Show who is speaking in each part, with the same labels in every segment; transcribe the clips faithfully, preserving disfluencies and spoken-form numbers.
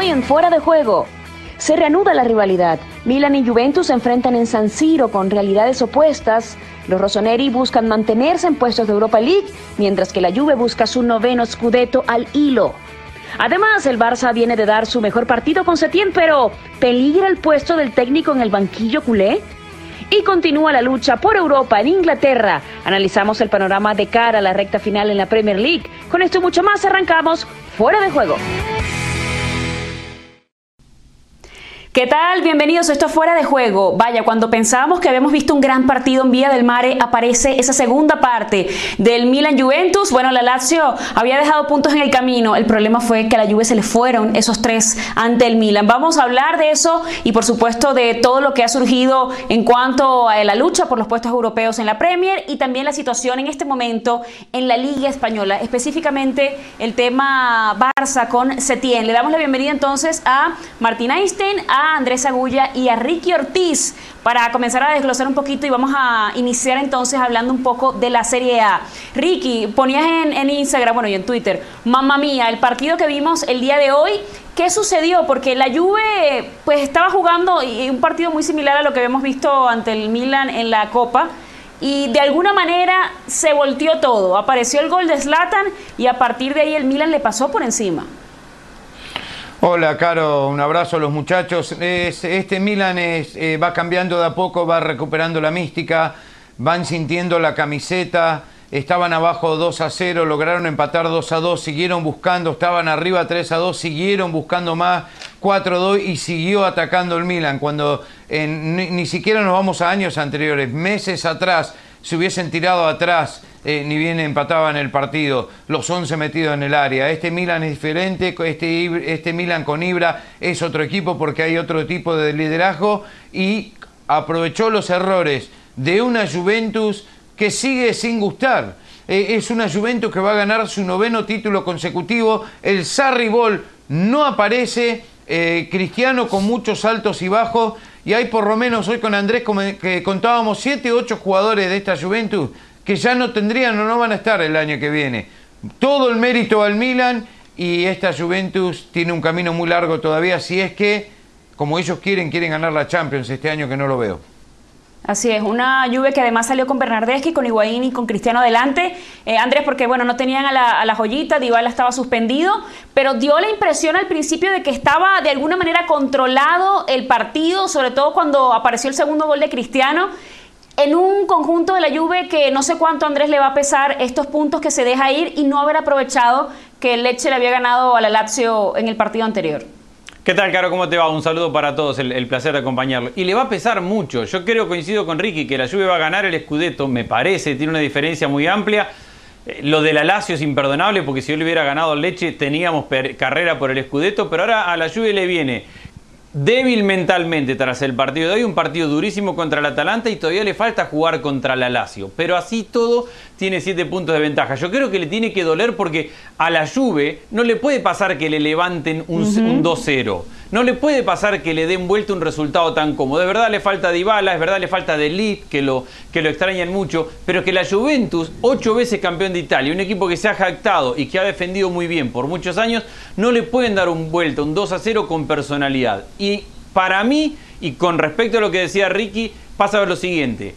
Speaker 1: Hoy en Fuera de Juego. Se reanuda la rivalidad. Milan y Juventus se enfrentan en San Siro con realidades opuestas. Los rossoneri buscan mantenerse en puestos de Europa League, mientras que la Juve busca su noveno scudetto al hilo. Además, el Barça viene de dar su mejor partido con Setién, pero ¿peligra el puesto del técnico en el banquillo culé? Y continúa la lucha por Europa en Inglaterra. Analizamos el panorama de cara a la recta final en la Premier League. Con esto y mucho más arrancamos Fuera de Juego. ¿Qué tal? Bienvenidos, esto es Fuera de Juego. Vaya, cuando pensábamos que habíamos visto un gran partido en Vía del Mare, aparece esa segunda parte del Milan-Juventus. Bueno, la Lazio había dejado puntos en el camino. El problema fue que a la Juve se le fueron esos tres ante el Milan. Vamos a hablar de eso y, por supuesto, de todo lo que ha surgido en cuanto a la lucha por los puestos europeos en la Premier y también la situación en este momento en la Liga Española, específicamente el tema Barça con Setién. Le damos la bienvenida entonces a Martín Einstein, a a Andrés Agulla y a Ricky Ortiz para comenzar a desglosar un poquito y vamos a iniciar entonces hablando un poco de la Serie A. Ricky, ponías en, en Instagram, bueno, y en Twitter, mamma mía, el partido que vimos el día de hoy, ¿qué sucedió? Porque la Juve pues estaba jugando y un partido muy similar a lo que habíamos visto ante el Milan en la Copa y de alguna manera se volteó todo, apareció el gol de Zlatan y a partir de ahí el Milan le pasó por encima.
Speaker 2: Hola, Caro, un abrazo a los muchachos. Es, este Milan es, eh, va cambiando de a poco, va recuperando la mística, van sintiendo la camiseta, estaban abajo dos a cero, lograron empatar dos a dos, siguieron buscando, estaban arriba tres a dos, siguieron buscando más, cuatro a dos y siguió atacando el Milan. Cuando eh, ni, ni siquiera nos vamos a años anteriores, meses atrás, se hubiesen tirado atrás, eh, ni bien empataban el partido, los once metidos en el área. Este Milan es diferente, este, este Milan con Ibra es otro equipo porque hay otro tipo de liderazgo y aprovechó los errores de una Juventus que sigue sin gustar. Eh, es una Juventus que va a ganar su noveno título consecutivo, el Sarri Ball no aparece, eh, Cristiano con muchos altos y bajos. Y hay por lo menos hoy con Andrés que contábamos siete u ocho jugadores de esta Juventus que ya no tendrían o no van a estar el año que viene. Todo el mérito al Milan y esta Juventus tiene un camino muy largo todavía si es que, como ellos quieren, quieren ganar la Champions este año que no lo veo.
Speaker 1: Así es, una Juve que además salió con Bernardeschi, con Higuaín y con Cristiano adelante. Eh, Andrés, porque bueno, no tenían a la, a la joyita, Dybala estaba suspendido, pero dio la impresión al principio de que estaba de alguna manera controlado el partido, sobre todo cuando apareció el segundo gol de Cristiano, en un conjunto de la Juve que no sé cuánto, Andrés, le va a pesar estos puntos que se deja ir y no haber aprovechado que el Lecce le había ganado a la Lazio en el partido anterior.
Speaker 3: ¿Qué tal, Caro? ¿Cómo te va? Un saludo para todos, el, el placer de acompañarlo. Y le va a pesar mucho. Yo creo, coincido con Ricky, que la Juve va a ganar el Scudetto, me parece, tiene una diferencia muy amplia. Eh, lo de la Lazio es imperdonable, porque si yo le hubiera ganado al Lecce teníamos carrera por el Scudetto, pero ahora a la Juve le viene débil mentalmente tras el partido de hoy, un partido durísimo contra el Atalanta y todavía le falta jugar contra la Lazio, pero así todo tiene siete puntos de ventaja. Yo creo que le tiene que doler porque a la Juve no le puede pasar que le levanten un, uh-huh. un dos cero, no le puede pasar que le den vuelta un resultado tan cómodo. De verdad le falta Dybala, es verdad le falta De Ligt, que lo, que lo extrañan mucho, pero que la Juventus, ocho veces campeón de Italia, un equipo que se ha jactado y que ha defendido muy bien por muchos años, no le pueden dar un vuelta, un dos a cero con personalidad. Y para mí, y con respecto a lo que decía Ricky, pasa a ver lo siguiente.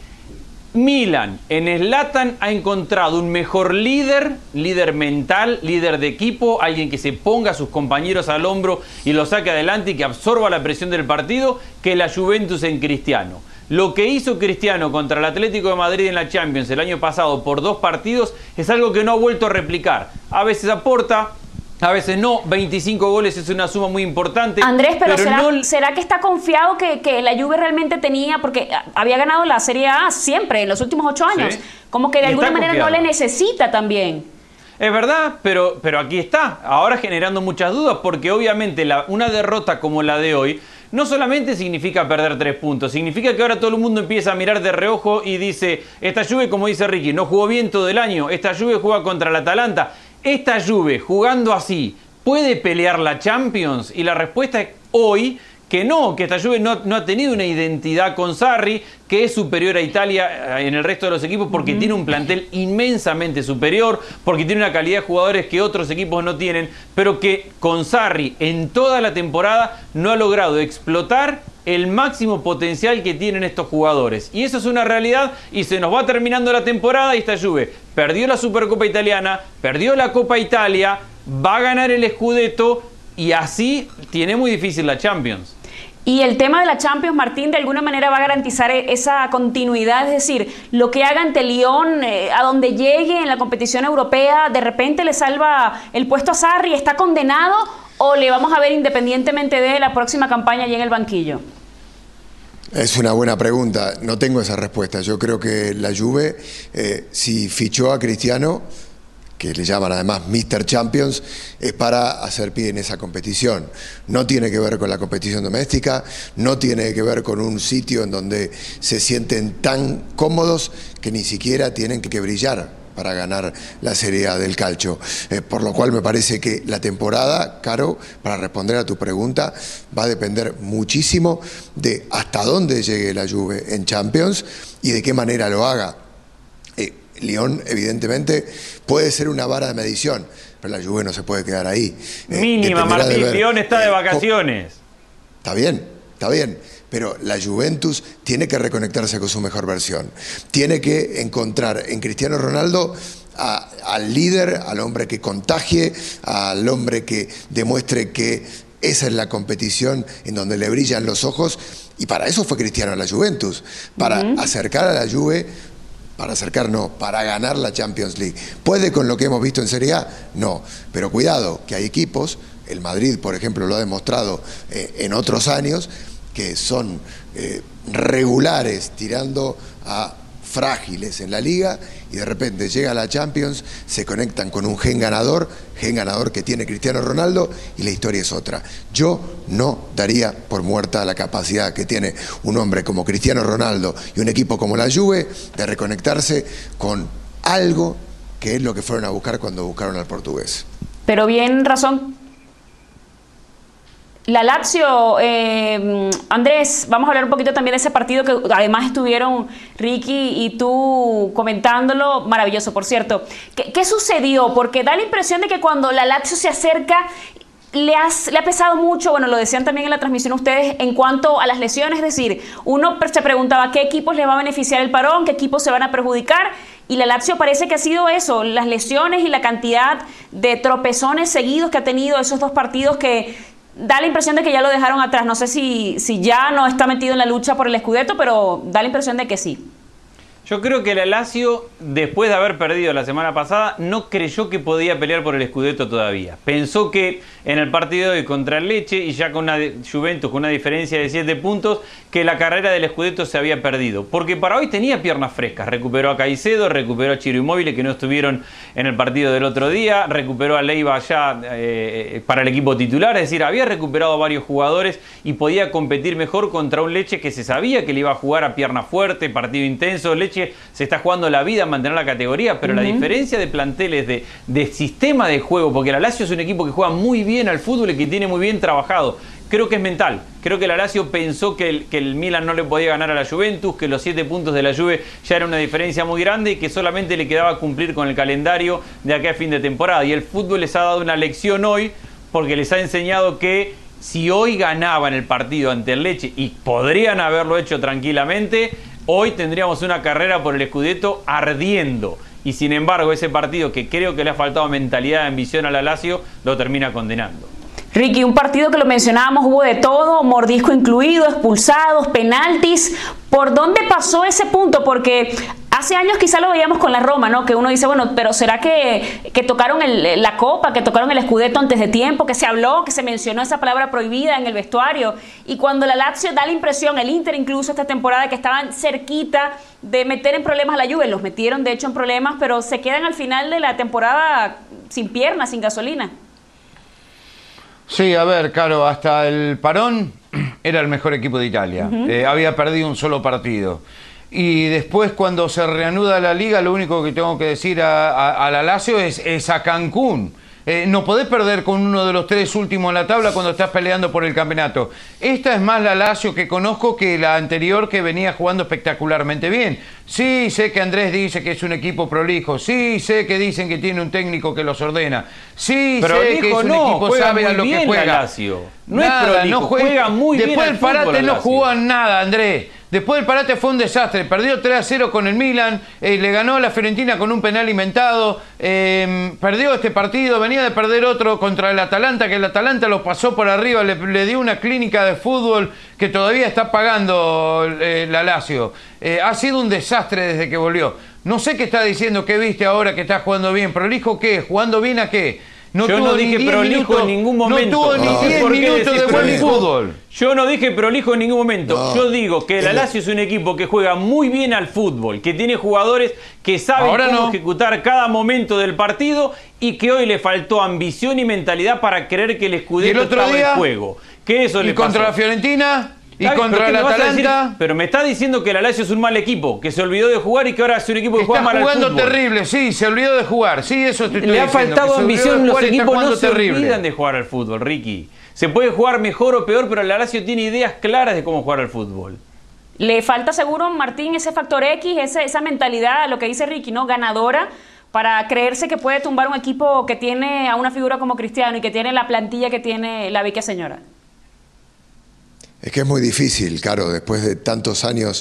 Speaker 3: Milan en Zlatan ha encontrado un mejor líder, líder mental, líder de equipo, alguien que se ponga a sus compañeros al hombro y lo saque adelante y que absorba la presión del partido, que la Juventus en Cristiano. Lo que hizo Cristiano contra el Atlético de Madrid en la Champions el año pasado por dos partidos es algo que no ha vuelto a replicar. A veces aporta, a veces no, veinticinco goles es una suma muy importante.
Speaker 1: Andrés, pero, pero ¿será,
Speaker 3: no...
Speaker 1: ¿será que está confiado que, que la Juve realmente tenía, porque había ganado la Serie A siempre, en los últimos ocho años, sí, como que de alguna manera confiado. No le necesita también?
Speaker 3: Es verdad, pero, pero aquí está, ahora generando muchas dudas, porque obviamente la, una derrota como la de hoy no solamente significa perder tres puntos, significa que ahora todo el mundo empieza a mirar de reojo y dice, esta Juve, como dice Ricky, no jugó bien todo el año, esta Juve juega contra el Atalanta. Esta Juve, jugando así, ¿puede pelear la Champions? Y la respuesta es hoy que no, que esta Juve no, no ha tenido una identidad con Sarri, que es superior a Italia en el resto de los equipos porque uh-huh. tiene un plantel inmensamente superior, porque tiene una calidad de jugadores que otros equipos no tienen, pero que con Sarri en toda la temporada no ha logrado explotar el máximo potencial que tienen estos jugadores. Y eso es una realidad y se nos va terminando la temporada y esta Juve perdió la Supercopa Italiana, perdió la Copa Italia, va a ganar el Scudetto y así tiene muy difícil la Champions.
Speaker 1: Y el tema de la Champions, Martín, de alguna manera va a garantizar esa continuidad, es decir, lo que haga ante Lyon, eh, a donde llegue en la competición europea, de repente le salva el puesto a Sarri, ¿está condenado o le vamos a ver independientemente de la próxima campaña allí en el banquillo?
Speaker 4: Es una buena pregunta, no tengo esa respuesta. Yo creo que la Juve, eh, si fichó a Cristiano, que le llaman además míster Champions, es para hacer pie en esa competición. No tiene que ver con la competición doméstica, no tiene que ver con un sitio en donde se sienten tan cómodos que ni siquiera tienen que brillar para ganar la Serie A del calcio. Eh, por lo cual me parece que la temporada, Caro, para responder a tu pregunta, va a depender muchísimo de hasta dónde llegue la Juve en Champions y de qué manera lo haga. Eh, Lyon, evidentemente, puede ser una vara de medición, pero la Juve no se puede quedar ahí.
Speaker 3: Eh, Mínima, Martín, ver, Lyon está eh, de vacaciones.
Speaker 4: Está bien, está bien, pero la Juventus tiene que reconectarse con su mejor versión. Tiene que encontrar en Cristiano Ronaldo a, al líder, al hombre que contagie, al hombre que demuestre que esa es la competición en donde le brillan los ojos, y para eso fue Cristiano a la Juventus, para uh-huh. acercar a la Juve. Para acercar, no, para ganar la Champions League. ¿Puede con lo que hemos visto en Serie A? No, pero cuidado, que hay equipos, el Madrid, por ejemplo, lo ha demostrado eh, en otros años, que son eh, regulares tirando a frágiles en la Liga y de repente llega a la Champions, se conectan con un gen ganador, gen ganador que tiene Cristiano Ronaldo y la historia es otra. Yo no daría por muerta la capacidad que tiene un hombre como Cristiano Ronaldo y un equipo como la Juve de reconectarse con algo que es lo que fueron a buscar cuando buscaron al portugués.
Speaker 1: Pero bien razón. La Lazio, eh, Andrés, vamos a hablar un poquito también de ese partido que además estuvieron Ricky y tú comentándolo, maravilloso, por cierto. ¿Qué, qué sucedió? Porque da la impresión de que cuando la Lazio se acerca le, has, le ha pesado mucho, bueno, lo decían también en la transmisión ustedes, en cuanto a las lesiones, es decir, uno se preguntaba qué equipos les va a beneficiar el parón, qué equipos se van a perjudicar, y la Lazio parece que ha sido eso, las lesiones y la cantidad de tropezones seguidos que ha tenido esos dos partidos que da la impresión de que ya lo dejaron atrás. No sé si, si ya no está metido en la lucha por el Scudetto, pero da la impresión de que sí.
Speaker 3: Yo creo que la Lazio, después de haber perdido la semana pasada, no creyó que podía pelear por el Scudetto todavía. Pensó que en el partido de hoy contra el Lecce, y ya con una Juventus con una diferencia de siete puntos, que la carrera del Scudetto se había perdido. Porque para hoy tenía piernas frescas. Recuperó a Caicedo, recuperó a Ciro Immobile, que no estuvieron en el partido del otro día, recuperó a Leiva ya eh, para el equipo titular, es decir, había recuperado a varios jugadores y podía competir mejor contra un Lecce que se sabía que le iba a jugar a pierna fuerte, partido intenso. Lecce se está jugando la vida a mantener la categoría, pero uh-huh. la diferencia de planteles, de, de sistema de juego, porque la Lazio es un equipo que juega muy bien al fútbol y que tiene muy bien trabajado, creo que es mental. Creo que la Lazio pensó que el, que el Milan no le podía ganar a la Juventus, que los siete puntos de la Juve ya era una diferencia muy grande y que solamente le quedaba cumplir con el calendario de acá a fin de temporada. Y el fútbol les ha dado una lección hoy, porque les ha enseñado que si hoy ganaban el partido ante el Lecce, y podrían haberlo hecho tranquilamente, hoy tendríamos una carrera por el Scudetto ardiendo. Y sin embargo, ese partido que creo que le ha faltado mentalidad y ambición a la Lazio, lo termina condenando.
Speaker 1: Ricky, un partido que lo mencionábamos, hubo de todo, mordisco incluido, expulsados, penaltis. ¿Por dónde pasó ese punto? Porque hace años quizá lo veíamos con la Roma, ¿no? Que uno dice, bueno, pero ¿será que, que tocaron el, la Copa, que tocaron el Scudetto antes de tiempo, que se habló, que se mencionó esa palabra prohibida en el vestuario? Y cuando la Lazio da la impresión, el Inter incluso esta temporada, que estaban cerquita de meter en problemas a la Juve, los metieron de hecho en problemas, pero se quedan al final de la temporada sin piernas, sin gasolina.
Speaker 2: Sí, a ver, Caro, hasta el parón era el mejor equipo de Italia. Uh-huh. eh, había perdido un solo partido. Y después, cuando se reanuda la Liga, lo único que tengo que decir a, a, a la Lazio es, es a Cancún. Eh, no podés perder con uno de los tres últimos en la tabla cuando estás peleando por el campeonato. Esta es más la Lazio que conozco que la anterior, que venía jugando espectacularmente bien. Sí, sé que Andrés dice que es un equipo prolijo. Sí, sé que dicen que tiene un técnico que los ordena. Sí,
Speaker 3: pero
Speaker 2: sé que es un
Speaker 3: no,
Speaker 2: equipo sabe a lo que juega.
Speaker 3: La Lazio. No
Speaker 2: nada,
Speaker 3: es prolijo,
Speaker 2: no juega,
Speaker 3: juega muy bien.
Speaker 2: Después del parate no
Speaker 3: Lazio.
Speaker 2: jugó nada, Andrés. Después del parate fue un desastre. Perdió tres a cero con el Milan, eh, le ganó a la Fiorentina con un penal inventado, eh, perdió este partido, venía de perder otro contra el Atalanta, que el Atalanta lo pasó por arriba, le, le dio una clínica de fútbol que todavía está pagando eh, la Lazio. Eh, ha sido un desastre desde que volvió. No sé qué está diciendo, qué viste ahora que está jugando bien. ¿Prolijo qué? ¿Jugando bien a qué? No
Speaker 3: Yo
Speaker 2: tuvo
Speaker 3: no dije
Speaker 2: ni
Speaker 3: prolijo
Speaker 2: minutos,
Speaker 3: en ningún momento.
Speaker 2: No tuvo ni
Speaker 3: no.
Speaker 2: diez minutos de buen
Speaker 3: prolijo?
Speaker 2: fútbol.
Speaker 3: Yo no dije prolijo en ningún momento.
Speaker 4: No.
Speaker 3: Yo digo que la Lazio es un equipo que juega muy bien al fútbol, que tiene jugadores que saben
Speaker 2: Ahora
Speaker 3: cómo
Speaker 2: no.
Speaker 3: ejecutar cada momento del partido y que hoy le faltó ambición y mentalidad para creer que el
Speaker 2: ¿Y el
Speaker 3: Scudetto
Speaker 2: otro
Speaker 3: estaba
Speaker 2: día?
Speaker 3: en juego. Que eso
Speaker 2: ¿Y
Speaker 3: le
Speaker 2: contra
Speaker 3: pasó.
Speaker 2: la Fiorentina? ¿Y
Speaker 3: Está bien,
Speaker 2: contra
Speaker 3: pero
Speaker 2: el
Speaker 3: ¿qué me vas a decir?
Speaker 2: Atalanta?
Speaker 3: Pero me está diciendo que la Lazio es un mal equipo, que se olvidó de jugar y que ahora es un equipo que
Speaker 2: Está
Speaker 3: juega mal al
Speaker 2: jugando
Speaker 3: fútbol.
Speaker 2: terrible, sí, se olvidó de jugar. Sí, eso te estoy
Speaker 3: Le ha
Speaker 2: diciendo,
Speaker 3: faltado
Speaker 2: que se olvidó
Speaker 3: ambición,
Speaker 2: de
Speaker 3: los
Speaker 2: jugar y está
Speaker 3: equipos no
Speaker 2: jugando
Speaker 3: se
Speaker 2: terrible.
Speaker 3: olvidan de jugar al fútbol, Ricky. Se puede jugar mejor o peor, pero la Lazio tiene ideas claras de cómo jugar al fútbol.
Speaker 1: Le falta seguro, Martín, ese factor X, ese, esa mentalidad, lo que dice Ricky, ¿no? Ganadora, para creerse que puede tumbar un equipo que tiene a una figura como Cristiano y que tiene la plantilla que tiene la Vecchia Señora.
Speaker 4: Es que es muy difícil, claro, después de tantos años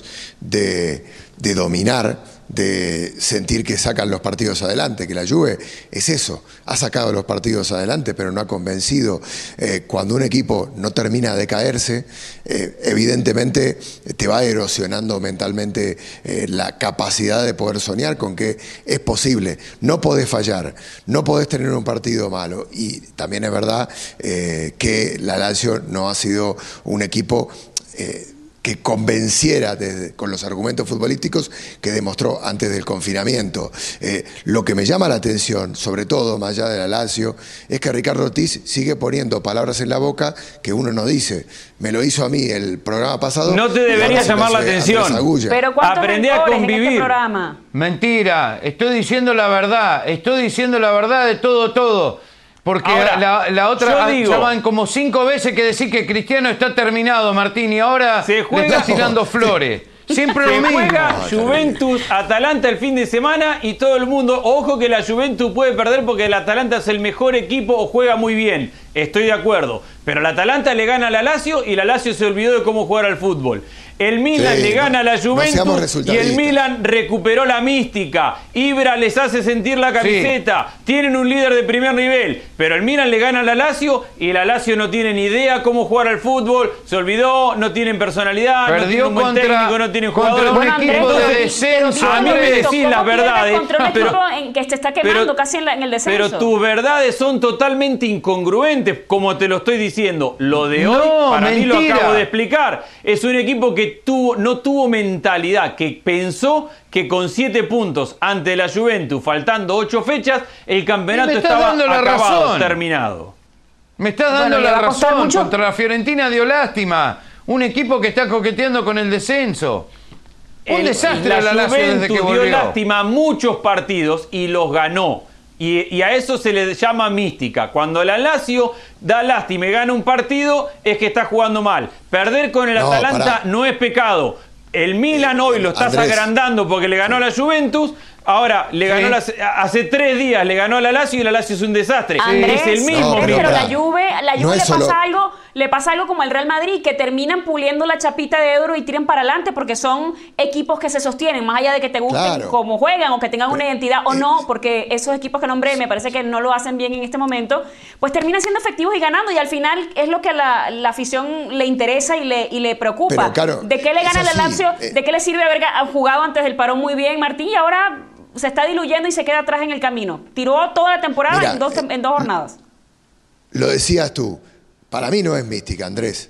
Speaker 4: de, de dominar, de sentir que sacan los partidos adelante, que la Juve es eso, ha sacado los partidos adelante, pero no ha convencido. Eh, cuando un equipo no termina de caerse, eh, evidentemente te va erosionando mentalmente eh, la capacidad de poder soñar con que es posible. No podés fallar, no podés tener un partido malo. Y también es verdad eh, que la Lazio no ha sido un equipo Eh, que convenciera desde, con los argumentos futbolísticos que demostró antes del confinamiento. Eh, lo que me llama la atención, sobre todo más allá de la Lazio, es que Ricardo Ortiz sigue poniendo palabras en la boca que uno no dice. Me lo hizo a mí el programa pasado.
Speaker 3: No te debería llamar la atención.
Speaker 1: Pero ¿cuántos
Speaker 3: Aprendí a
Speaker 1: rencores en
Speaker 3: convivir.
Speaker 1: este programa?
Speaker 2: Mentira, estoy diciendo la verdad, estoy diciendo la verdad de todo, todo. Porque
Speaker 3: Ahora,
Speaker 2: la, la otra
Speaker 3: yo digo-
Speaker 2: ya van como cinco veces que decir que Cristiano está terminado, Martín, y ahora
Speaker 3: Se juega-
Speaker 2: le está tirando flores. Siempre
Speaker 3: Se
Speaker 2: lo mismo.
Speaker 3: juega
Speaker 4: No,
Speaker 3: Juventus, Atalanta el fin de semana y todo el mundo, ojo que la Juventus puede perder porque el Atalanta es el mejor equipo o juega muy bien. Estoy de acuerdo. Pero el Atalanta le gana a la Lazio y la Lazio se olvidó de cómo jugar al fútbol. El Milan
Speaker 4: Sí,
Speaker 3: le gana a la
Speaker 4: no seamos
Speaker 3: Juventus y el
Speaker 4: resultadistas.
Speaker 3: Milan recuperó la mística. Ibra les hace sentir la camiseta. Tienen un líder de primer nivel. Pero el Milan le gana a la Lazio y la Lazio no tiene ni idea cómo jugar al fútbol. Se olvidó, no tienen personalidad, no tienen
Speaker 2: Perdió
Speaker 3: un buen
Speaker 2: contra,
Speaker 3: técnico, no tienen
Speaker 2: contra
Speaker 3: jugadores.
Speaker 2: un
Speaker 1: Bueno, Andrés,
Speaker 2: equipo de
Speaker 1: pero-
Speaker 2: descenso.
Speaker 1: pero
Speaker 3: A mí me
Speaker 1: Andrés,
Speaker 3: decís
Speaker 1: ¿cómo
Speaker 3: las
Speaker 1: pierde
Speaker 3: verdades,
Speaker 1: contra un
Speaker 3: pero-
Speaker 1: equipo en que se está quemando casi en, la- en el descenso?
Speaker 3: Pero tus verdades son totalmente incongruentes, como te lo estoy diciendo. Lo de hoy,
Speaker 2: No,
Speaker 3: para mí lo
Speaker 2: mentira.
Speaker 3: acabo de explicar. Es un equipo que tuvo, no tuvo mentalidad, que pensó que con siete puntos ante la Juventus, faltando ocho fechas, el campeonato
Speaker 2: Y me estás
Speaker 3: estaba
Speaker 2: dando la
Speaker 3: acabado,
Speaker 2: razón.
Speaker 3: terminado.
Speaker 2: Me estás
Speaker 1: Bueno,
Speaker 2: dando
Speaker 1: le
Speaker 2: la
Speaker 1: va a costar
Speaker 2: razón.
Speaker 1: mucho.
Speaker 2: Contra la Fiorentina dio lástima. Un equipo que está coqueteando con el descenso. Un
Speaker 3: El-
Speaker 2: desastre
Speaker 3: la
Speaker 2: la Lazio desde
Speaker 3: Juventus
Speaker 2: que
Speaker 3: dio
Speaker 2: volvió.
Speaker 3: lástima a muchos partidos y los ganó. Y, y a eso se le llama mística. Cuando la Lazio da lástima y gana un partido, es que está jugando mal. Perder con el
Speaker 4: No,
Speaker 3: Atalanta
Speaker 4: pará.
Speaker 3: no es pecado. El Milan hoy lo estás
Speaker 4: Andrés.
Speaker 3: agrandando porque le ganó a la Juventus. Ahora, le ganó
Speaker 2: Sí.
Speaker 3: la- hace tres días le ganó a la Lazio y la Lazio es un desastre.
Speaker 1: Andrés,
Speaker 3: es el mismo
Speaker 4: No,
Speaker 1: Andrés,
Speaker 3: Milan.
Speaker 1: pero la
Speaker 4: pará.
Speaker 1: Juve, la Juve
Speaker 4: No
Speaker 1: le
Speaker 4: es
Speaker 1: pasa
Speaker 4: solo-
Speaker 1: algo, le pasa algo como el Real Madrid, que terminan puliendo la chapita de oro y tiran para adelante porque son equipos que se sostienen, más allá de que te gusten
Speaker 4: Claro.
Speaker 1: cómo juegan o que tengan una identidad o
Speaker 4: eh,
Speaker 1: no, porque esos equipos que nombré me parece que no lo hacen bien en este momento, pues terminan siendo efectivos y ganando, y al final es lo que a la, la afición le interesa y le, y le preocupa.
Speaker 4: Pero, claro,
Speaker 1: ¿De qué le gana
Speaker 4: es
Speaker 1: la
Speaker 4: así,
Speaker 1: Lazio?
Speaker 4: eh.
Speaker 1: ¿De qué le sirve haber ga- jugado antes del parón muy bien, Martín? Y ahora se está diluyendo y se queda atrás en el camino. Tiró toda la temporada
Speaker 4: Mira,
Speaker 1: en, dos,
Speaker 4: eh,
Speaker 1: en dos jornadas.
Speaker 4: Lo decías tú, para mí no es mística, Andrés.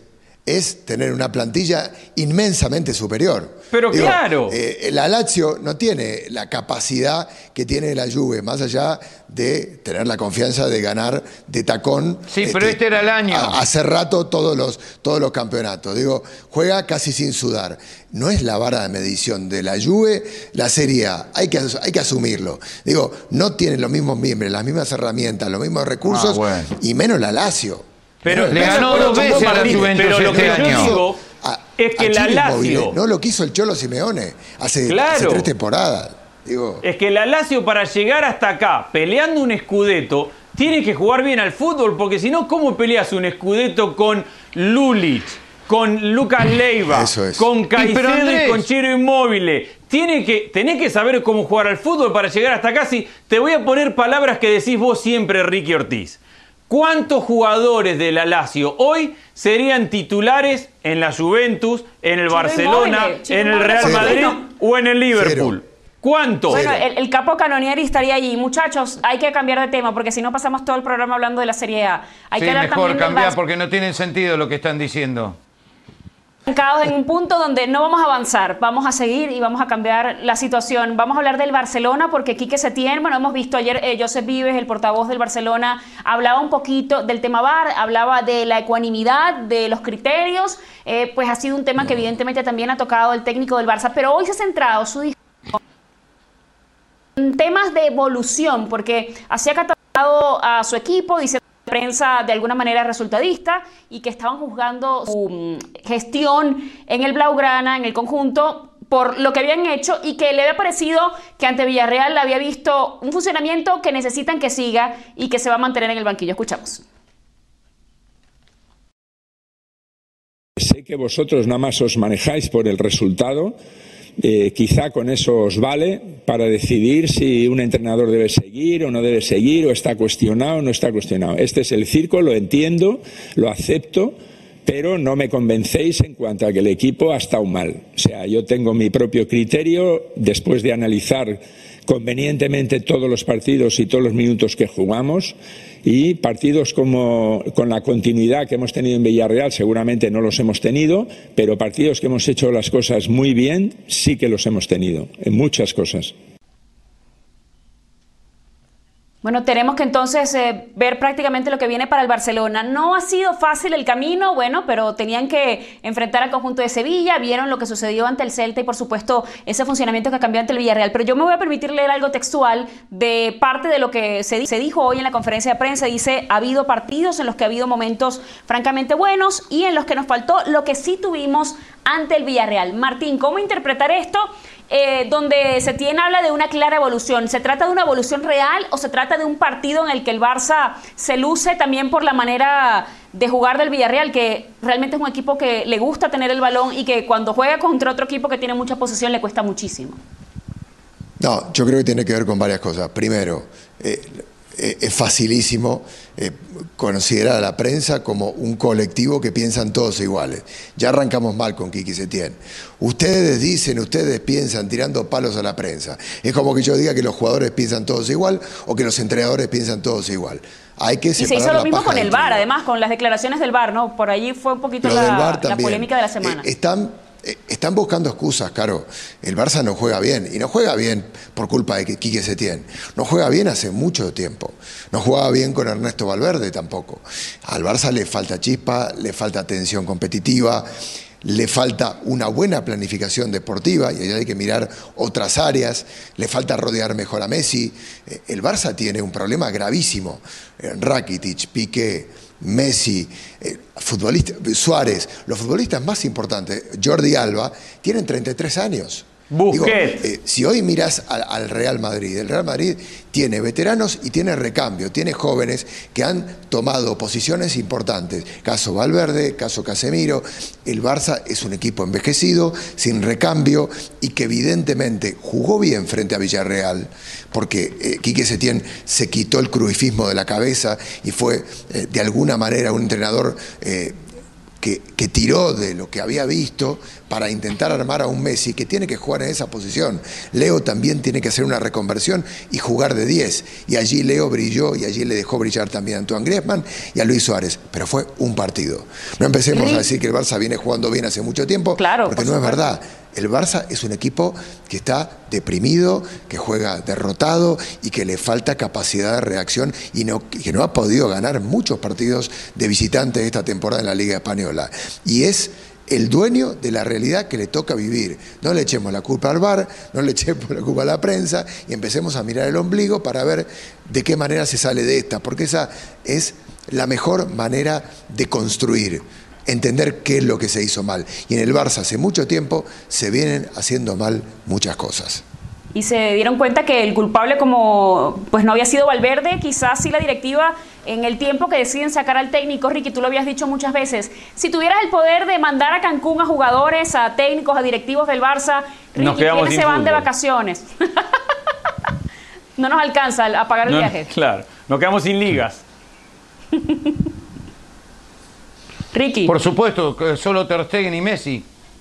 Speaker 4: es tener una plantilla inmensamente superior.
Speaker 3: Pero
Speaker 4: Digo,
Speaker 3: claro.
Speaker 4: Eh, la Lazio no tiene la capacidad que tiene la Juve, más allá de tener la confianza de ganar de tacón.
Speaker 2: Sí, este, pero este era el año.
Speaker 4: A, hace rato todos los, todos los campeonatos. Digo, juega casi sin sudar. No es la vara de medición de la Juve, la Serie A. Hay que, hay que asumirlo. Digo, no tiene los mismos miembros, las mismas herramientas, los mismos recursos,
Speaker 2: ah, bueno.
Speaker 4: y menos la Lazio.
Speaker 3: Pero
Speaker 2: le ganó dos veces a la Juventus
Speaker 3: pero lo que
Speaker 2: este
Speaker 3: yo
Speaker 2: año.
Speaker 3: digo
Speaker 4: A,
Speaker 3: es que
Speaker 4: a
Speaker 3: la Lazio...
Speaker 4: Immobile, no lo quiso el Cholo Simeone hace,
Speaker 3: Claro.
Speaker 4: hace tres temporadas. Digo,
Speaker 3: Es que la Lazio, para llegar hasta acá, peleando un Scudetto, tiene que jugar bien al fútbol, porque si no, ¿cómo peleas un Scudetto con Lulic, con Lucas Leiva,
Speaker 4: Eso es.
Speaker 3: con
Speaker 2: Y pero
Speaker 3: Caicedo y,
Speaker 2: Andrés-
Speaker 3: con Ciro Immobile? Tiene que, tenés que saber cómo jugar al fútbol para llegar hasta acá. Sí, te voy a poner palabras que decís vos siempre, Ricky Ortiz. ¿Cuántos jugadores de la Lazio hoy serían titulares en la Juventus, en el
Speaker 1: Ciro
Speaker 3: Barcelona,
Speaker 1: Immobile, Ciro
Speaker 3: en el
Speaker 1: Immobile,
Speaker 3: Real
Speaker 4: cero.
Speaker 3: Madrid o en el Liverpool?
Speaker 4: Cero.
Speaker 3: ¿Cuántos?
Speaker 1: Bueno, el, el capo Canonieri estaría allí. Muchachos, hay que cambiar de tema porque si no pasamos todo el programa hablando de la Serie A. Hay
Speaker 2: Sí,
Speaker 1: que hablar
Speaker 2: mejor
Speaker 1: también del
Speaker 2: cambiar
Speaker 1: Barça.
Speaker 2: porque no tiene sentido lo que están diciendo.
Speaker 1: Estancados en un punto donde no vamos a avanzar, vamos a seguir y vamos a cambiar la situación. Vamos a hablar del Barcelona porque Quique Setién, bueno, hemos visto ayer eh, Josep Vives, el portavoz del Barcelona, hablaba un poquito del tema V A R, hablaba de la ecuanimidad, de los criterios, eh, pues ha sido un tema que evidentemente también ha tocado el técnico del Barça, pero hoy se ha centrado su discusión en temas de evolución, porque así ha catalogado a su equipo, dice prensa de alguna manera resultadista y que estaban juzgando su mm, gestión en el Blaugrana, en el conjunto, por lo que habían hecho y que le había parecido que ante Villarreal había visto un funcionamiento que necesitan que siga y que se va a mantener en el banquillo. Escuchamos.
Speaker 5: Sé que vosotros nada más os manejáis por el resultado. Eh, quizá con eso os vale para decidir si un entrenador debe seguir o no debe seguir, o está cuestionado o no está cuestionado. Este es el circo, lo entiendo, lo acepto, pero no me convencéis en cuanto a que el equipo ha estado mal. O sea, yo tengo mi propio criterio después de analizar convenientemente todos los partidos y todos los minutos que jugamos, y partidos como con la continuidad que hemos tenido en Villarreal seguramente no los hemos tenido, pero partidos que hemos hecho las cosas muy bien sí que los hemos tenido, en muchas cosas.
Speaker 1: Bueno, tenemos que entonces eh, ver prácticamente lo que viene para el Barcelona. No ha sido fácil el camino, bueno, pero tenían que enfrentar al conjunto de Sevilla, vieron lo que sucedió ante el Celta y por supuesto ese funcionamiento que cambió ante el Villarreal. Pero yo me voy a permitir leer algo textual de parte de lo que se, se dijo hoy en la conferencia de prensa. Dice, ha habido partidos en los que ha habido momentos francamente buenos y en los que nos faltó lo que sí tuvimos ante el Villarreal. Martín, ¿cómo interpretar esto? Eh, donde Setién habla de una clara evolución. ¿Se trata de una evolución real o se trata de un partido en el que el Barça se luce también por la manera de jugar del Villarreal, que realmente es un equipo que le gusta tener el balón y que cuando juega contra otro equipo que tiene mucha posesión le cuesta muchísimo?
Speaker 4: no, yo creo que tiene que ver con varias cosas. Primero, eh, eh, es facilísimo eh, considerar a la prensa como un colectivo que piensan todos iguales. Ya arrancamos mal con Quique Setién. Ustedes dicen, ustedes piensan tirando palos a la prensa. Es como que yo diga que los jugadores piensan todos igual o que los entrenadores piensan todos igual. Hay que
Speaker 1: Y se
Speaker 4: separar
Speaker 1: hizo lo
Speaker 4: la
Speaker 1: mismo
Speaker 4: paja
Speaker 1: con
Speaker 4: del
Speaker 1: el V A R,
Speaker 4: trigo.
Speaker 1: además, con las declaraciones del V A R, ¿no? Por allí fue un poquito
Speaker 4: Lo del V A
Speaker 1: la,
Speaker 4: R
Speaker 1: la
Speaker 4: también.
Speaker 1: polémica de la semana.
Speaker 4: Eh, están, eh, están buscando excusas, Caro. El Barça no juega bien. Y no juega bien por culpa de que Quique Setién. No juega bien hace mucho tiempo. No jugaba bien con Ernesto Valverde tampoco. Al Barça le falta chispa, le falta atención competitiva, le falta una buena planificación deportiva, y ahí hay que mirar otras áreas, le falta rodear mejor a Messi. Eh, El Barça tiene un problema gravísimo. Eh, Rakitic, Piqué, Messi, eh, futbolista, Suárez, los futbolistas más importantes, Jordi Alba, tienen treinta y tres años.
Speaker 3: Busquets.
Speaker 4: Digo, eh, si hoy mirás al, al Real Madrid, el Real Madrid tiene veteranos y tiene recambio, tiene jóvenes que han tomado posiciones importantes. Caso Valverde, caso Casemiro. El Barça es un equipo envejecido, sin recambio y que evidentemente jugó bien frente a Villarreal, porque eh, Quique Setién se quitó el cruifismo de la cabeza y fue eh, de alguna manera un entrenador eh, que, que tiró de lo que había visto para intentar armar a un Messi que tiene que jugar en esa posición. Leo también tiene que hacer una reconversión y jugar de diez. Y allí Leo brilló y allí le dejó brillar también a Antoine Griezmann y a Luis Suárez. Pero fue un partido. No empecemos a decir que el Barça viene jugando bien hace mucho tiempo,
Speaker 1: claro,
Speaker 4: porque
Speaker 1: por
Speaker 4: no
Speaker 1: supuesto.
Speaker 4: es verdad. El Barça es un equipo que está deprimido, que juega derrotado y que le falta capacidad de reacción y no, que no ha podido ganar muchos partidos de visitantes esta temporada en la Liga Española. Y es el dueño de la realidad que le toca vivir. No le echemos la culpa al V A R, no le echemos la culpa a la prensa y empecemos a mirar el ombligo para ver de qué manera se sale de esta, porque esa es la mejor manera de construir. Entender qué es lo que se hizo mal. Y en el Barça hace mucho tiempo se vienen haciendo mal muchas cosas.
Speaker 1: Y se dieron cuenta que el culpable, como pues no había sido Valverde, quizás sí la directiva en el tiempo que deciden sacar al técnico. Ricky, tú lo habías dicho muchas veces, si tuvieras el poder de mandar a Cancún a jugadores, a técnicos, a directivos del Barça, Ricky, ¿quiénes se van de vacaciones? No nos alcanza a pagar el
Speaker 3: no,
Speaker 1: viaje.
Speaker 3: Claro, nos quedamos sin ligas.
Speaker 1: Ricky.
Speaker 2: Por supuesto, solo Ter Stegen y Messi,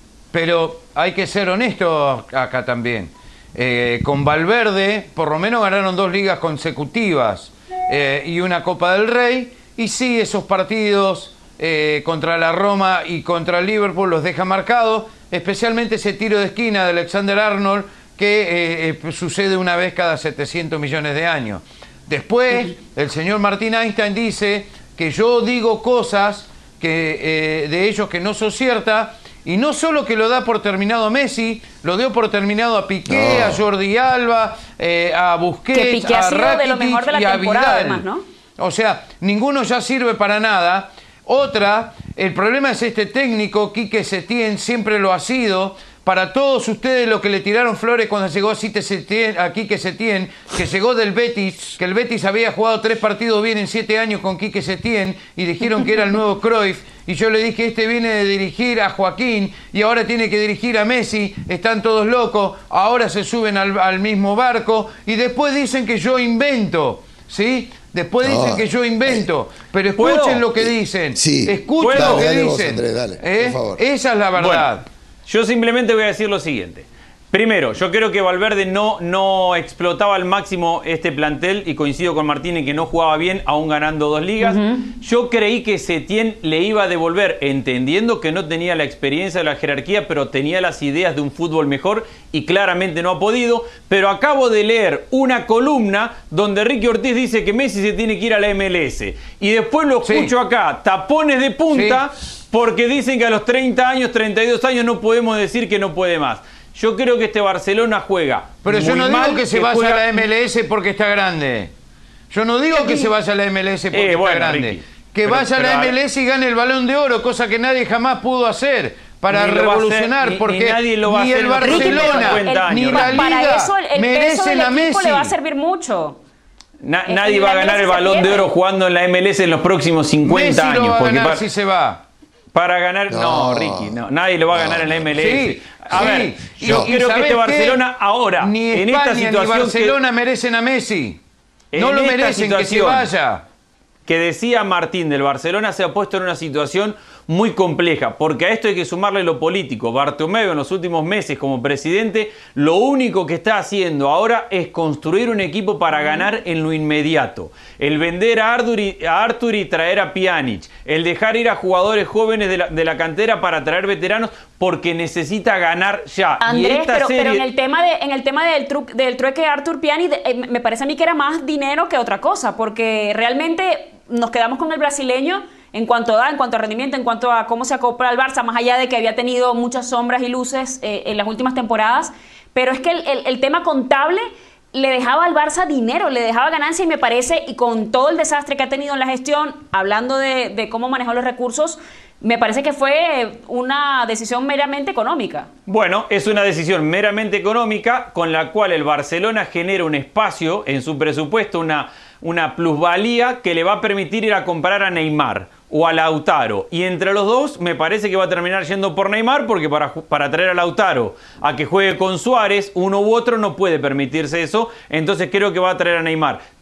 Speaker 2: pero hay que ser honesto acá también. Eh, con Valverde, por lo menos ganaron dos ligas consecutivas eh, y una Copa del Rey, y sí, esos partidos eh, contra la Roma y contra el Liverpool los deja marcados, especialmente ese tiro de esquina de Alexander Arnold que eh, eh, sucede una vez cada setecientos millones de años. Después, el señor Martín Einstein dice que yo digo cosas que, eh, de ellos que no son ciertas, y no solo que lo da por terminado a Messi, lo dio por terminado a Piqué,
Speaker 4: no.
Speaker 2: a Jordi Alba, eh, a Busquets,
Speaker 1: que Piqué
Speaker 2: a
Speaker 1: ha sido
Speaker 2: Rakitic
Speaker 1: de lo mejor de la
Speaker 2: y a
Speaker 1: temporada,
Speaker 2: Vidal.
Speaker 1: además, ¿no?
Speaker 2: O sea, ninguno ya sirve para nada. Otra, el problema es este técnico, Quique Setién, siempre lo ha sido. Para todos ustedes los que le tiraron flores cuando llegó a Quique Setién, que llegó del Betis, que el Betis había jugado tres partidos bien en siete años con Quique Setién y dijeron que era el nuevo Cruyff, y yo le dije, este viene de dirigir a Joaquín y ahora tiene que dirigir a Messi, están todos locos, ahora se suben al, al mismo barco y después dicen que yo invento, ¿sí? Después
Speaker 4: No,
Speaker 2: dicen que yo invento, pero
Speaker 3: ¿puedo?
Speaker 2: escuchen lo que dicen,
Speaker 4: Sí.
Speaker 2: escuchen
Speaker 3: ¿Puedo?
Speaker 2: lo que
Speaker 4: Dale, dale vos,
Speaker 2: dicen.
Speaker 4: Andrés, dale,
Speaker 2: ¿Eh?
Speaker 4: por favor.
Speaker 2: Esa es la verdad.
Speaker 3: Bueno, yo simplemente voy a decir lo siguiente. Primero, yo creo que Valverde no, no explotaba al máximo este plantel y coincido con Martín en que no jugaba bien, aún ganando dos ligas. Uh-huh. Yo creí que Setién le iba a devolver, entendiendo que no tenía la experiencia de la jerarquía, pero tenía las ideas de un fútbol mejor y claramente no ha podido. Pero acabo de leer una columna donde Ricky Ortiz dice que Messi se tiene que ir a la M L S. Y después lo escucho sí. acá, tapones de punta, sí. porque dicen que a los treinta años, treinta y dos años no podemos decir que no puede más. Yo creo que este Barcelona juega.
Speaker 2: Pero yo no
Speaker 3: mal,
Speaker 2: digo que se
Speaker 3: que
Speaker 2: vaya
Speaker 3: juega...
Speaker 2: a la M L S porque está grande. Yo no digo que se vaya a la M L S porque
Speaker 3: eh, bueno,
Speaker 2: está grande.
Speaker 3: Ricky.
Speaker 2: Que
Speaker 3: pero,
Speaker 2: vaya
Speaker 3: pero,
Speaker 2: a la M L S y gane el Balón de Oro, cosa que nadie jamás pudo hacer para revolucionar,
Speaker 3: hacer, ni,
Speaker 2: porque
Speaker 3: ni, nadie lo va
Speaker 2: ni
Speaker 3: a
Speaker 2: el
Speaker 3: hacer
Speaker 2: Barcelona
Speaker 3: el,
Speaker 2: ni la Liga
Speaker 1: para eso el, el
Speaker 2: merecen a Messi.
Speaker 1: Le va a servir mucho.
Speaker 3: Na, nadie va a ganar el Balón de Oro jugando en la M L S en los próximos cincuenta
Speaker 2: Messi
Speaker 3: años.
Speaker 2: Lo va a ganar
Speaker 3: para,
Speaker 2: si se va.
Speaker 3: Para ganar, no, no Ricky, no, nadie lo va a ganar no, en la M L S.
Speaker 2: Sí,
Speaker 3: a
Speaker 2: sí,
Speaker 3: ver,
Speaker 2: y,
Speaker 3: yo
Speaker 2: y
Speaker 3: creo que este Barcelona
Speaker 2: qué?
Speaker 3: ahora,
Speaker 2: ni
Speaker 3: en
Speaker 2: España,
Speaker 3: esta situación
Speaker 2: ni Barcelona
Speaker 3: que,
Speaker 2: merecen a Messi. No lo merecen, que se vaya.
Speaker 3: Que decía Martín del Barcelona se ha puesto en una situación muy compleja, porque a esto hay que sumarle lo político. Bartomeu en los últimos meses como presidente, lo único que está haciendo ahora es construir un equipo para ganar en lo inmediato. El vender a Arthur y, a Arthur y traer a Pjanic, el dejar ir a jugadores jóvenes de la, de la cantera para traer veteranos, porque necesita ganar ya.
Speaker 1: Andrés,
Speaker 3: y esta
Speaker 1: pero,
Speaker 3: serie...
Speaker 1: pero en el tema, de, en el tema del, tru, del trueque Arthur Pjanic, eh, me parece a mí que era más dinero que otra cosa, porque realmente nos quedamos con el brasileño en cuanto a edad, en cuanto a rendimiento, en cuanto a cómo se acopla al Barça, más allá de que había tenido muchas sombras y luces eh, en las últimas temporadas, pero es que el, el, el tema contable le dejaba al Barça dinero, le dejaba ganancia, y me parece, y con todo el desastre que ha tenido en la gestión, hablando de, de cómo manejó los recursos, me parece que fue una decisión meramente económica.
Speaker 3: Bueno, es una decisión meramente económica con la cual el Barcelona genera un espacio en su presupuesto, una, una plusvalía que le va a permitir ir a comprar a Neymar o a Lautaro. Y entre los dos me parece que va a terminar yendo por Neymar, porque para, para traer a Lautaro a que juegue con Suárez, uno u otro no puede permitirse eso. Entonces creo que va a traer a Neymar.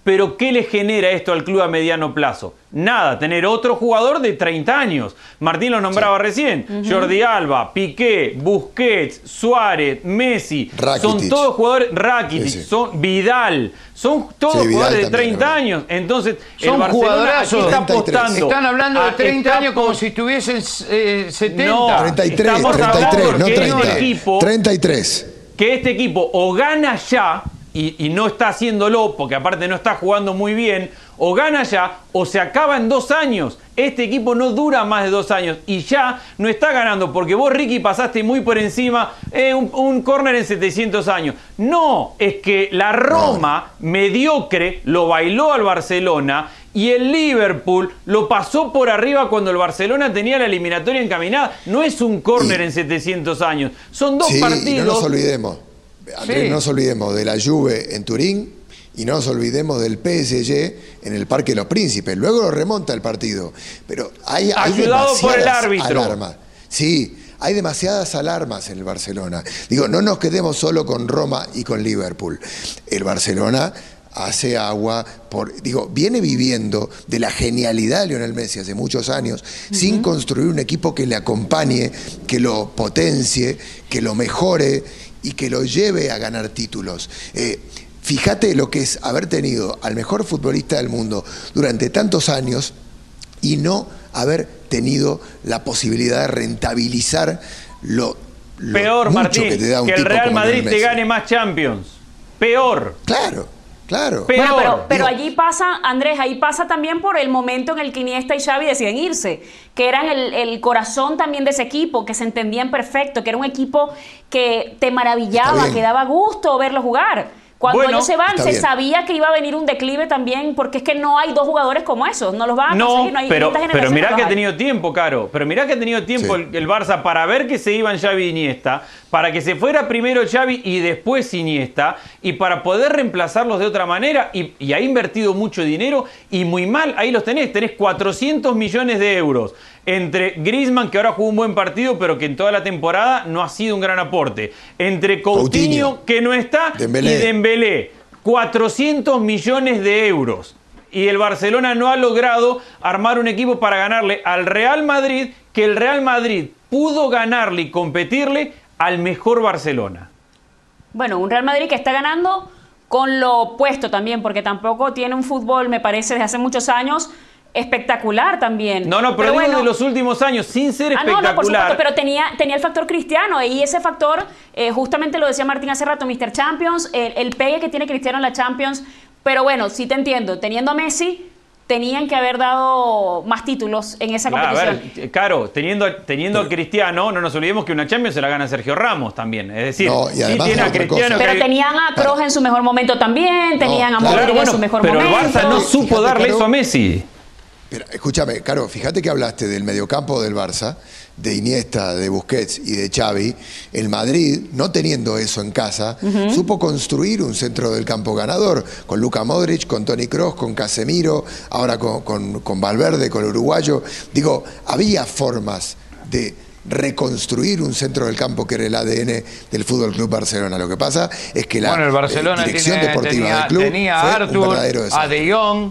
Speaker 3: Pero ¿qué le genera esto al club a mediano plazo? Nada, tener otro jugador de treinta años. Martín lo nombraba sí. recién. Uh-huh. Jordi Alba, Piqué, Busquets, Suárez, Messi.
Speaker 4: Rakitic.
Speaker 3: Son todos jugadores... Rakitic, sí, sí. Son Vidal. Son todos sí, jugadores de treinta también, años. Entonces,
Speaker 2: son
Speaker 3: el Barcelona aquí está apostando.
Speaker 2: Están hablando de treinta años como si estuviesen eh, setenta.
Speaker 3: No,
Speaker 4: treinta y tres, treinta y tres, no treinta.
Speaker 3: Este equipo,
Speaker 4: treinta y tres.
Speaker 3: Que este equipo o gana ya... Y, y no está haciéndolo, porque aparte no está jugando muy bien, o gana ya, o se acaba en dos años. Este equipo no dura más de dos años y ya no está ganando, porque vos, Ricky, pasaste muy por encima eh, un, un córner en setecientos años. No, es que la Roma, no. mediocre, lo bailó al Barcelona y el Liverpool lo pasó por arriba cuando el Barcelona tenía la eliminatoria encaminada. No es un córner en setecientos años, son dos
Speaker 4: sí,
Speaker 3: partidos.
Speaker 4: Y no nos olvidemos. Andrés, sí. no nos olvidemos de la Juve en Turín y no nos olvidemos del P S G en el Parque de los Príncipes. Luego lo remonta el partido. Pero hay, hay
Speaker 3: ayudado por el árbitro.
Speaker 4: Alarmas. Sí, hay demasiadas alarmas en el Barcelona. Digo, no nos quedemos solo con Roma y con Liverpool. El Barcelona hace agua, por, digo, viene viviendo de la genialidad de Lionel Messi hace muchos años, uh-huh. sin construir un equipo que le acompañe, que lo potencie, que lo mejore y que lo lleve a ganar títulos. Eh, fíjate lo que es haber tenido al mejor futbolista del mundo durante tantos años y no haber tenido la posibilidad de rentabilizar lo, lo
Speaker 3: Peor,
Speaker 4: mucho
Speaker 3: Martín,
Speaker 4: que te da un
Speaker 3: que
Speaker 4: tipo
Speaker 3: el Real
Speaker 4: como
Speaker 3: Madrid
Speaker 4: Lionel
Speaker 3: te
Speaker 4: Messi.
Speaker 3: gane más Champions. Peor.
Speaker 4: Claro. Claro.
Speaker 3: Peor.
Speaker 1: Bueno, pero, pero
Speaker 4: Digo,
Speaker 1: allí pasa, Andrés, ahí pasa también por el momento en el que Iniesta y Xavi deciden irse, que eran el, el corazón también de ese equipo, que se entendían perfecto, que era un equipo que te maravillaba, que daba gusto verlo jugar. Cuando
Speaker 3: bueno,
Speaker 1: ellos se van, se
Speaker 4: bien.
Speaker 1: sabía que iba a venir un declive también, porque es que no hay dos jugadores como esos, no los van a
Speaker 3: no,
Speaker 1: conseguir, no hay
Speaker 3: pero,
Speaker 1: esta generación
Speaker 3: pero mirá
Speaker 1: no
Speaker 3: que ha
Speaker 1: hay.
Speaker 3: tenido tiempo, Caro, pero mirá que ha tenido tiempo
Speaker 4: Sí.
Speaker 3: el, el Barça para ver que se iban Xavi y Iniesta, para que se fuera primero Xavi y después Iniesta, y para poder reemplazarlos de otra manera, y, y ha invertido mucho dinero, y muy mal, ahí los tenés, tenés cuatrocientos millones de euros, entre Griezmann, que ahora jugó un buen partido, pero que en toda la temporada no ha sido un gran aporte, entre Coutinho,
Speaker 4: Coutinho.
Speaker 3: que no está,
Speaker 4: Dembélé.
Speaker 3: y Dembélé, cuatrocientos millones de euros. Y el Barcelona no ha logrado armar un equipo para ganarle al Real Madrid, que el Real Madrid pudo ganarle y competirle al mejor Barcelona.
Speaker 1: Bueno, un Real Madrid que está ganando con lo opuesto también, porque tampoco tiene un fútbol, me parece, desde hace muchos años, espectacular también.
Speaker 3: No, no, pero, pero digo bueno, de los últimos años, sin ser
Speaker 1: ah,
Speaker 3: espectacular.
Speaker 1: No, no, por supuesto, pero tenía, tenía el factor Cristiano, y ese factor, eh, justamente lo decía Martín hace rato, míster Champions, el, el pegue que tiene Cristiano en la Champions, pero bueno, sí te entiendo, teniendo a Messi, tenían que haber dado más títulos en esa
Speaker 3: claro,
Speaker 1: competición.
Speaker 3: A ver, Caro, teniendo, teniendo a Cristiano, no nos olvidemos que una Champions se la gana Sergio Ramos también. Es decir,
Speaker 4: no, y
Speaker 3: sí tiene a Cristiano.
Speaker 1: Pero
Speaker 3: que...
Speaker 1: tenían a Kroos en su mejor momento también, tenían
Speaker 4: no,
Speaker 1: a Modric
Speaker 3: claro, bueno,
Speaker 1: en su mejor
Speaker 3: pero
Speaker 1: momento.
Speaker 3: Pero el Barça no supo
Speaker 4: fíjate,
Speaker 3: darle
Speaker 4: Caro,
Speaker 3: eso a Messi.
Speaker 4: Pero, escúchame, Caro, fíjate que hablaste del mediocampo del Barça, de Iniesta, de Busquets y de Xavi. El Madrid, no teniendo eso en casa, uh-huh. supo construir un centro del campo ganador, con Luka Modric, con Toni Kroos, con Casemiro, ahora con, con, con Valverde, con el uruguayo. Digo, había formas de reconstruir un centro del campo que era el A D N del Fútbol Club Barcelona. Lo que pasa es que la
Speaker 2: bueno, el Barcelona
Speaker 4: eh, dirección
Speaker 2: tiene,
Speaker 4: deportiva
Speaker 2: tenía,
Speaker 4: del club
Speaker 2: tenía
Speaker 4: fue
Speaker 2: a Arthur,
Speaker 4: un verdadero desastre.
Speaker 2: a De Jong,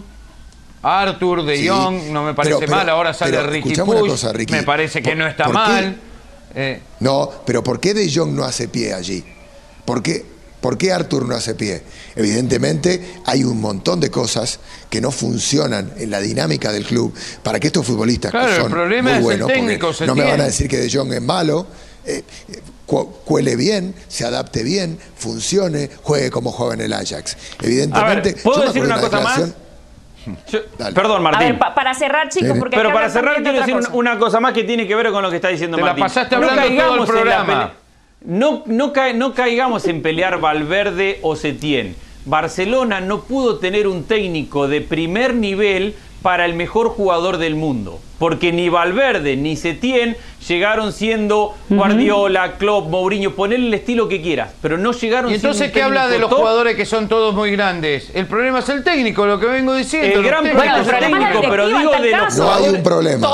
Speaker 2: Arthur, De Jong, sí, no me parece pero, pero, mal, ahora sale Ricky Puig, cosa, Ricky, me parece que
Speaker 4: por,
Speaker 2: no está
Speaker 4: ¿por
Speaker 2: mal. Eh.
Speaker 4: No, pero ¿por qué De Jong no hace pie allí? ¿Por qué, ¿Por qué Arthur no hace pie? Evidentemente hay un montón de cosas que no funcionan en la dinámica del club para que estos futbolistas
Speaker 2: claro,
Speaker 4: que son
Speaker 2: el problema
Speaker 4: muy
Speaker 2: es
Speaker 4: buenos,
Speaker 2: el técnico,
Speaker 4: porque no me van a decir que De Jong es malo, eh, cu cuele bien, se adapte bien, funcione, juegue como juega en el Ajax. Evidentemente,
Speaker 3: ver, ¿puedo decir una cosa más? Yo, perdón, Martín.
Speaker 1: A ver, pa para cerrar, chicos, porque
Speaker 3: pero para cerrar quiero decir cosa. una cosa más que tiene que ver con lo que está diciendo
Speaker 2: Te
Speaker 3: Martín.
Speaker 2: La pasaste hablando no todo el programa.
Speaker 3: No, no, ca no caigamos en pelear Valverde o Setién. Barcelona no pudo tener un técnico de primer nivel para el mejor jugador del mundo, porque ni Valverde ni Setién llegaron siendo Guardiola, uh-huh. Klopp, Mourinho, ponerle el estilo que quieras, pero no llegaron
Speaker 2: siendo. ¿Y entonces
Speaker 3: siendo
Speaker 2: qué habla de los
Speaker 3: top?
Speaker 2: jugadores que son todos muy grandes? El problema es el técnico, lo que vengo diciendo.
Speaker 3: El gran problema es el técnico, pero digo de los
Speaker 4: No hay un problema.
Speaker 1: Todo, todo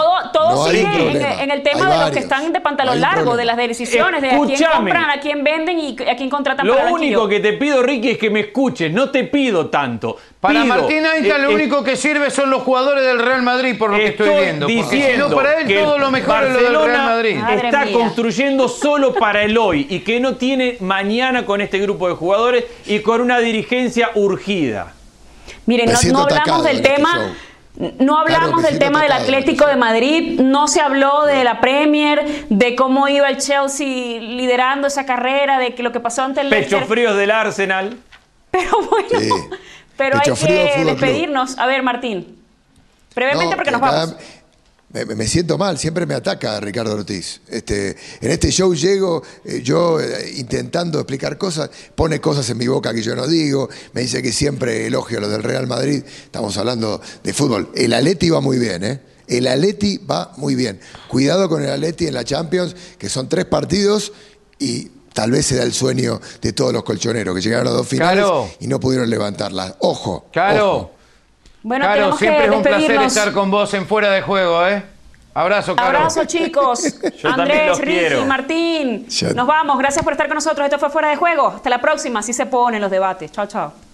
Speaker 1: o
Speaker 4: no hay
Speaker 1: sigue en,
Speaker 4: problema.
Speaker 1: en el tema
Speaker 4: Hay
Speaker 1: de los
Speaker 4: varios.
Speaker 1: que están de pantalón
Speaker 4: Hay
Speaker 1: largo,
Speaker 4: problema.
Speaker 1: de las decisiones, de a quién
Speaker 3: Escúchame.
Speaker 1: compran, a quién venden y a quién contratan
Speaker 3: Lo
Speaker 1: para el
Speaker 3: único
Speaker 1: banquillo.
Speaker 3: que te pido, Ricky, es que me escuches. No te pido tanto.
Speaker 2: Para
Speaker 3: Pido,
Speaker 2: Martín Ainta
Speaker 3: eh,
Speaker 2: lo
Speaker 3: eh,
Speaker 2: único que sirve son los jugadores del Real Madrid, por lo que estoy
Speaker 3: Estoy
Speaker 2: viendo. Porque si
Speaker 3: diciendo
Speaker 2: no, para él
Speaker 3: que
Speaker 2: todo lo mejor es lo del Real
Speaker 3: Barcelona
Speaker 2: Madrid.
Speaker 1: Madre
Speaker 3: está
Speaker 1: mía.
Speaker 3: construyendo solo para el hoy y que no tiene mañana con este grupo de jugadores y con una dirigencia urgida.
Speaker 1: Miren,
Speaker 4: Me
Speaker 1: no,
Speaker 4: siento
Speaker 1: no hablamos
Speaker 4: atacado
Speaker 1: del
Speaker 4: en este
Speaker 1: tema...
Speaker 4: show.
Speaker 1: No hablamos
Speaker 4: Claro, me
Speaker 1: del
Speaker 4: siento
Speaker 1: tema del
Speaker 4: atacado en
Speaker 1: Atlético
Speaker 4: este
Speaker 1: de
Speaker 4: show.
Speaker 1: Madrid, no se habló de la Premier, de cómo iba el Chelsea liderando esa carrera, de que lo que pasó ante el
Speaker 3: Pechos
Speaker 1: Leicester.
Speaker 3: fríos del Arsenal.
Speaker 1: Pero bueno,
Speaker 4: Sí.
Speaker 1: pero hay
Speaker 4: Pecho frío,
Speaker 1: que
Speaker 4: Fútbol Club.
Speaker 1: despedirnos. A ver, Martín, brevemente
Speaker 4: No,
Speaker 1: porque
Speaker 4: que
Speaker 1: nos
Speaker 4: acá
Speaker 1: vamos.
Speaker 4: Me, me siento mal, siempre me ataca Ricardo Ortiz. Este, en este show llego, eh, yo eh, intentando explicar cosas, pone cosas en mi boca que yo no digo, me dice que siempre elogio a lo del Real Madrid. Estamos hablando de fútbol. El Atleti va muy bien, ¿eh? El Atleti va muy bien. Cuidado con el Atleti en la Champions, que son tres partidos y tal vez será el sueño de todos los colchoneros que llegaron a dos finales
Speaker 2: Claro.
Speaker 4: y no pudieron levantarlas. Ojo.
Speaker 2: Claro.
Speaker 4: ojo.
Speaker 1: Bueno,
Speaker 2: Claro,
Speaker 1: tenemos
Speaker 2: siempre
Speaker 1: que
Speaker 2: es un placer
Speaker 1: despedirnos.
Speaker 2: estar con vos en Fuera de Juego, ¿eh? Abrazo, Caro.
Speaker 1: Abrazo, chicos.
Speaker 3: Yo también
Speaker 1: Andrés,
Speaker 3: los
Speaker 1: Ricky,
Speaker 3: quiero.
Speaker 1: Martín.
Speaker 4: Ya-
Speaker 1: Nos vamos. Gracias por estar con nosotros. Esto fue Fuera de Juego. Hasta la próxima. Así se ponen los debates. Chao, chao.